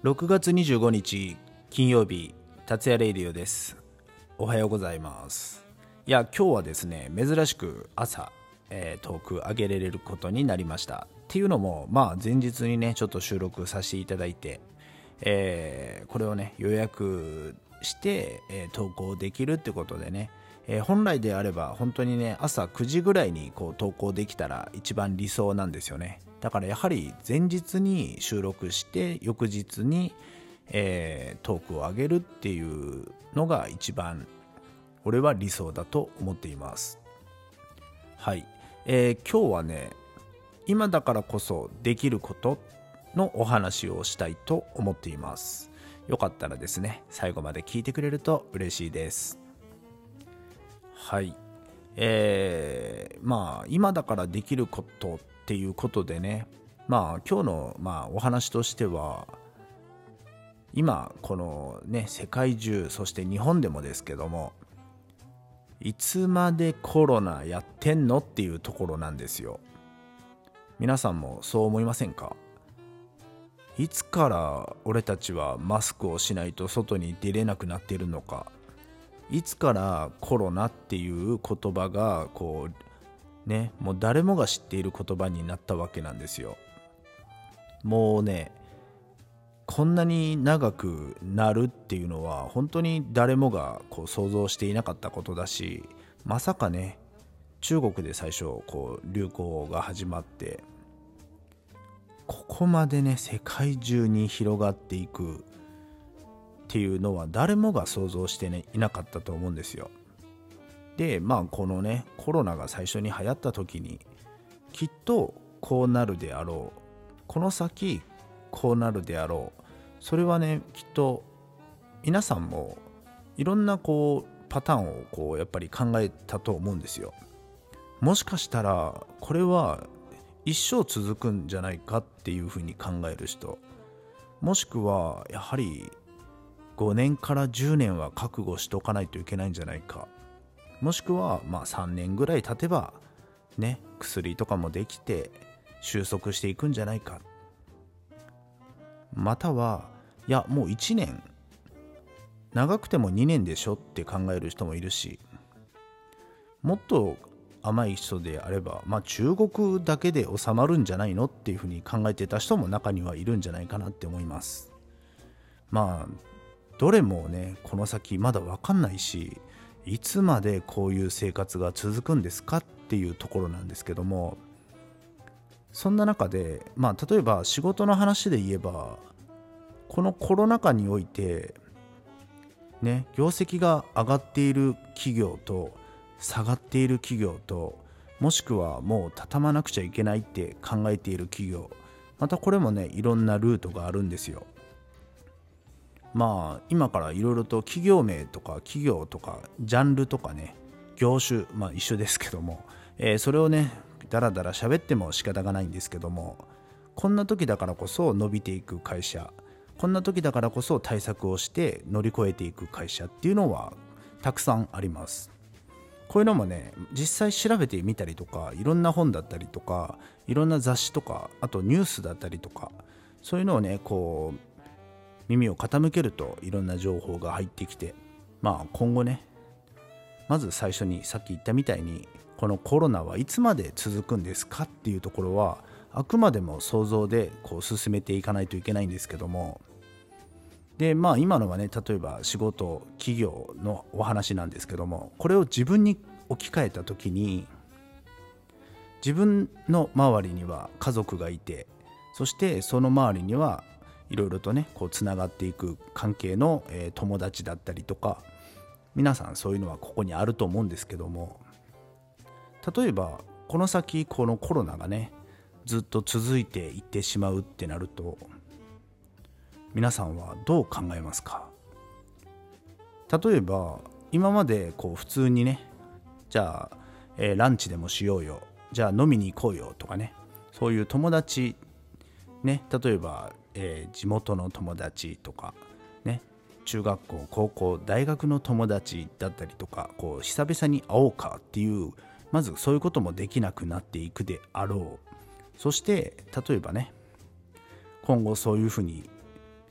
6月25日金曜日、達也レイディオです。おはようございます。今日はですね、珍しく朝、トーク上げれることになりました。っていうのも、前日にねちょっと収録させていただいて、これをね予約して、投稿できるってことでね、本来であれば本当にね朝9時ぐらいに投稿できたら一番理想なんですよね。だからやはり前日に収録して翌日に、トークを上げるっていうのが一番俺は理想だと思っています。はい、今日はね今だからこそできることのお話をしたいと思っています。よかったらですね最後まで聞いてくれると嬉しいです。はい、今だからできることっていうことでね、今日のお話としては、今このね世界中、そして日本でもですけども、いつまでコロナやってんのっていうところなんですよ。皆さんもそう思いませんか？いつから俺たちはマスクをしないと外に出れなくなっているのか、いつからコロナっていう言葉がもう誰もが知っている言葉になったわけなんですよ。もうねこんなに長くなるっていうのは本当に誰もが想像していなかったことだし、まさかね中国で最初流行が始まってここまでね世界中に広がっていくっていうのは誰もが想像してねいなかったと思うんですよ。でこのねコロナが最初に流行った時にきっとこうなるであろう、この先こうなるであろう、それはねきっと皆さんもいろんなパターンをやっぱり考えたと思うんですよ。もしかしたらこれは一生続くんじゃないかっていうふうに考える人、もしくはやはり5年から10年は覚悟しとかないといけないんじゃないか、もしくは3年ぐらい経てばね薬とかもできて収束していくんじゃないか、またはいやもう1年、長くても2年でしょって考える人もいるし、もっと甘い人であれば、中国だけで収まるんじゃないのっていうふうに考えてた人も中にはいるんじゃないかなって思います。どれもねこの先まだ分かんないし、いつまでこういう生活が続くんですかっていうところなんですけども、そんな中で例えば仕事の話で言えば、このコロナ禍においてね業績が上がっている企業と下がっている企業と、もしくはもう畳まなくちゃいけないって考えている企業、またこれもねいろんなルートがあるんですよ。今からいろいろと企業名とか企業とかジャンルとかね業種、一緒ですけども、それをねだらだら喋っても仕方がないんですけども、こんな時だからこそ伸びていく会社、こんな時だからこそ対策をして乗り越えていく会社っていうのはたくさんあります。こういうのもね実際調べてみたりとか、いろんな本だったりとかいろんな雑誌とか、あとニュースだったりとか、そういうのをね耳を傾けるといろんな情報が入ってきて、今後ねまず最初にさっき言ったみたいに、このコロナはいつまで続くんですかっていうところはあくまでも想像で進めていかないといけないんですけども、で今のはね例えば仕事企業のお話なんですけども、これを自分に置き換えた時に、自分の周りには家族がいて、そしてその周りにはいろいろとねつながっていく関係の、友達だったりとか、皆さんそういうのはここにあると思うんですけども、例えばこの先このコロナがねずっと続いていってしまうってなると、皆さんはどう考えますか？例えば今まで普通にね、じゃあ、ランチでもしようよ、じゃあ飲みに行こうよとかね、そういう友達ね、例えば、地元の友達とかね、中学校高校大学の友達だったりとか、久々に会おうかっていう、まずそういうこともできなくなっていくであろう。そして例えばね今後そういうふうに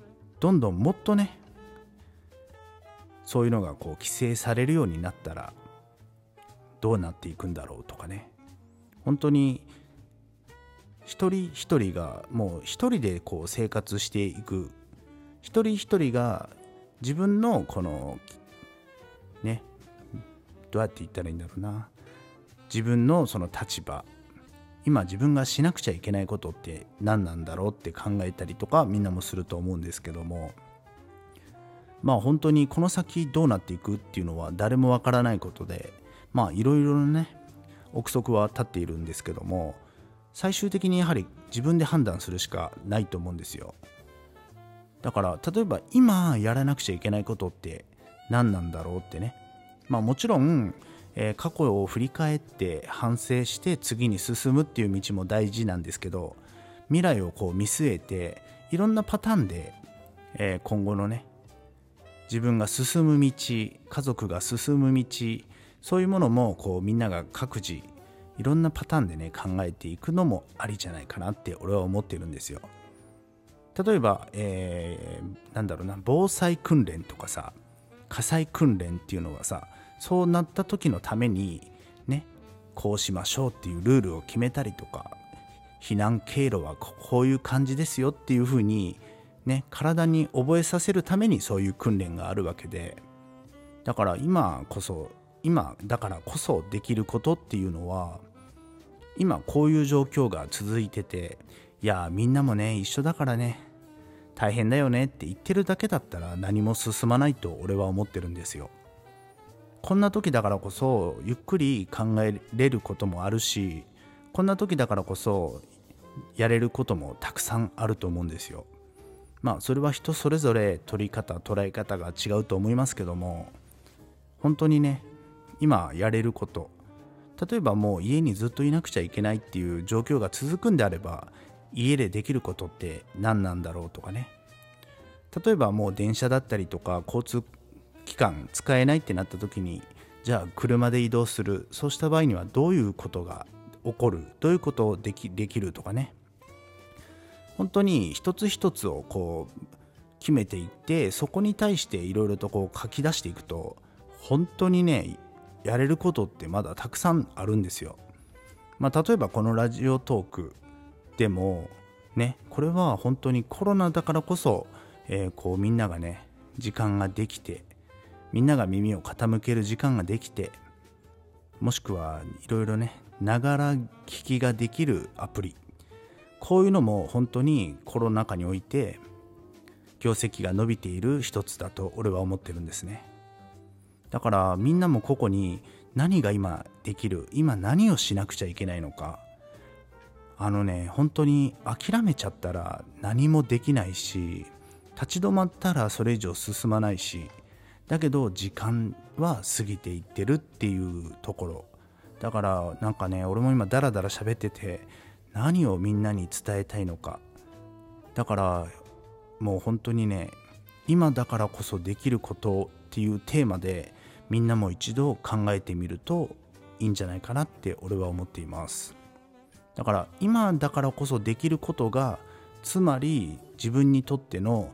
どんどんもっとねそういうのがこう規制されるようになったらどうなっていくんだろうとかね、本当に一人一人がもう一人でこう生活していく、一人一人が自分のこのね、どうやって言ったらいいんだろうな、自分のその立場、今自分がしなくちゃいけないことって何なんだろうって考えたりとかみんなもすると思うんですけども、まあ本当にこの先どうなっていくっていうのは誰もわからないことで、まあいろいろなね憶測は立っているんですけども、最終的にやはり自分で判断するしかないと思うんですよ。だから例えば今やらなくちゃいけないことって何なんだろうってね、まあもちろん、過去を振り返って反省して次に進むっていう道も大事なんですけど、未来をこう見据えていろんなパターンで、今後のね自分が進む道、家族が進む道、そういうものもこうみんなが各自いろんなパターンでね考えていくのもありじゃないかなって俺は思ってるんですよ。例えば、なんだろうな、防災訓練とかさ、火災訓練っていうのはさ、そうなった時のためにねこうしましょうっていうルールを決めたりとか、避難経路はこういう感じですよっていう風にね体に覚えさせるためにそういう訓練があるわけで、だから今だからこそできることっていうのは、今こういう状況が続いてて、いやみんなもね一緒だからね大変だよねって言ってるだけだったら何も進まないと俺は思ってるんですよ。こんな時だからこそゆっくり考えれることもあるし、こんな時だからこそやれることもたくさんあると思うんですよ。まあそれは人それぞれ捉え方が違うと思いますけども、本当にね今やれること、例えばもう家にずっといなくちゃいけないっていう状況が続くんであれば、家でできることって何なんだろうとかね、例えばもう電車だったりとか交通機関使えないってなった時に、じゃあ車で移動する、そうした場合にはどういうことが起こる、どういうことをできるとかね、本当に一つ一つをこう決めていって、そこに対していろいろとこう書き出していくと、本当にねやれることってまだたくさんあるんですよ。まあ例えばこのラジオトークでもね、これは本当にコロナだからこそ、こうみんながね時間ができて、みんなが耳を傾ける時間ができて、もしくはいろいろねながら聞きができるアプリ、こういうのも本当にコロナ禍において業績が伸びている一つだと俺は思ってるんですね。だからみんなも個々に何が今できる、今何をしなくちゃいけないのか、本当に諦めちゃったら何もできないし、立ち止まったらそれ以上進まないし、だけど時間は過ぎていってるっていうところだから、なんかね俺も今ダラダラ喋ってて何をみんなに伝えたいのか、だからもう本当にね今だからこそできることっていうテーマでみんなも一度考えてみるといいんじゃないかなって俺は思っています。だから今だからこそできることが、つまり自分にとっての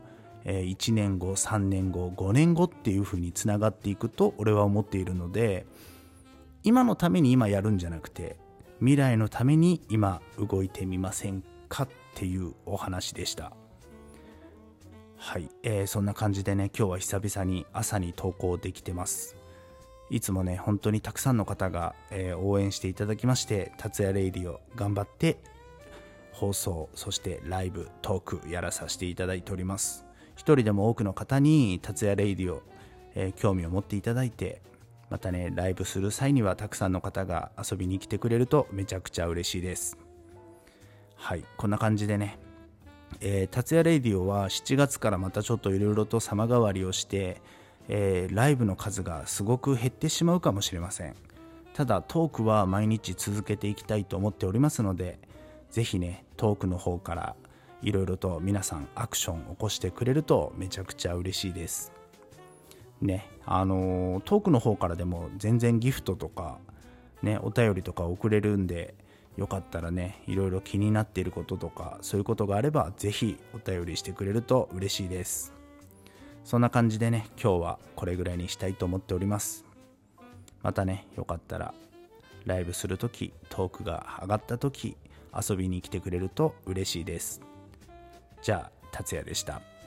1年後3年後5年後っていう風につながっていくと俺は思っているので、今のために今やるんじゃなくて未来のために今動いてみませんかっていうお話でした。はい、そんな感じでね今日は久々に朝に投稿できてます。いつもね本当にたくさんの方が、応援していただきまして、達也レイディオ頑張って放送、そしてライブトークやらさせていただいております。一人でも多くの方に達也レイディオ、興味を持っていただいて、またねライブする際にはたくさんの方が遊びに来てくれるとめちゃくちゃ嬉しいです。はい、こんな感じでね、達也レイディオは7月からまたちょっといろいろと様変わりをして、ライブの数がすごく減ってしまうかもしれません。ただトークは毎日続けていきたいと思っておりますので、ぜひねトークの方からいろいろと皆さんアクション起こしてくれるとめちゃくちゃ嬉しいですね。トークの方からでも全然ギフトとかねお便りとか送れるんで、よかったらねいろいろ気になっていることとかそういうことがあればぜひお便りしてくれると嬉しいです。 そんな感じでね、今日はこれぐらいにしたいと思っております。またね、よかったらライブするとき、トークが上がったとき、遊びに来てくれると嬉しいです。じゃあ、達也でした。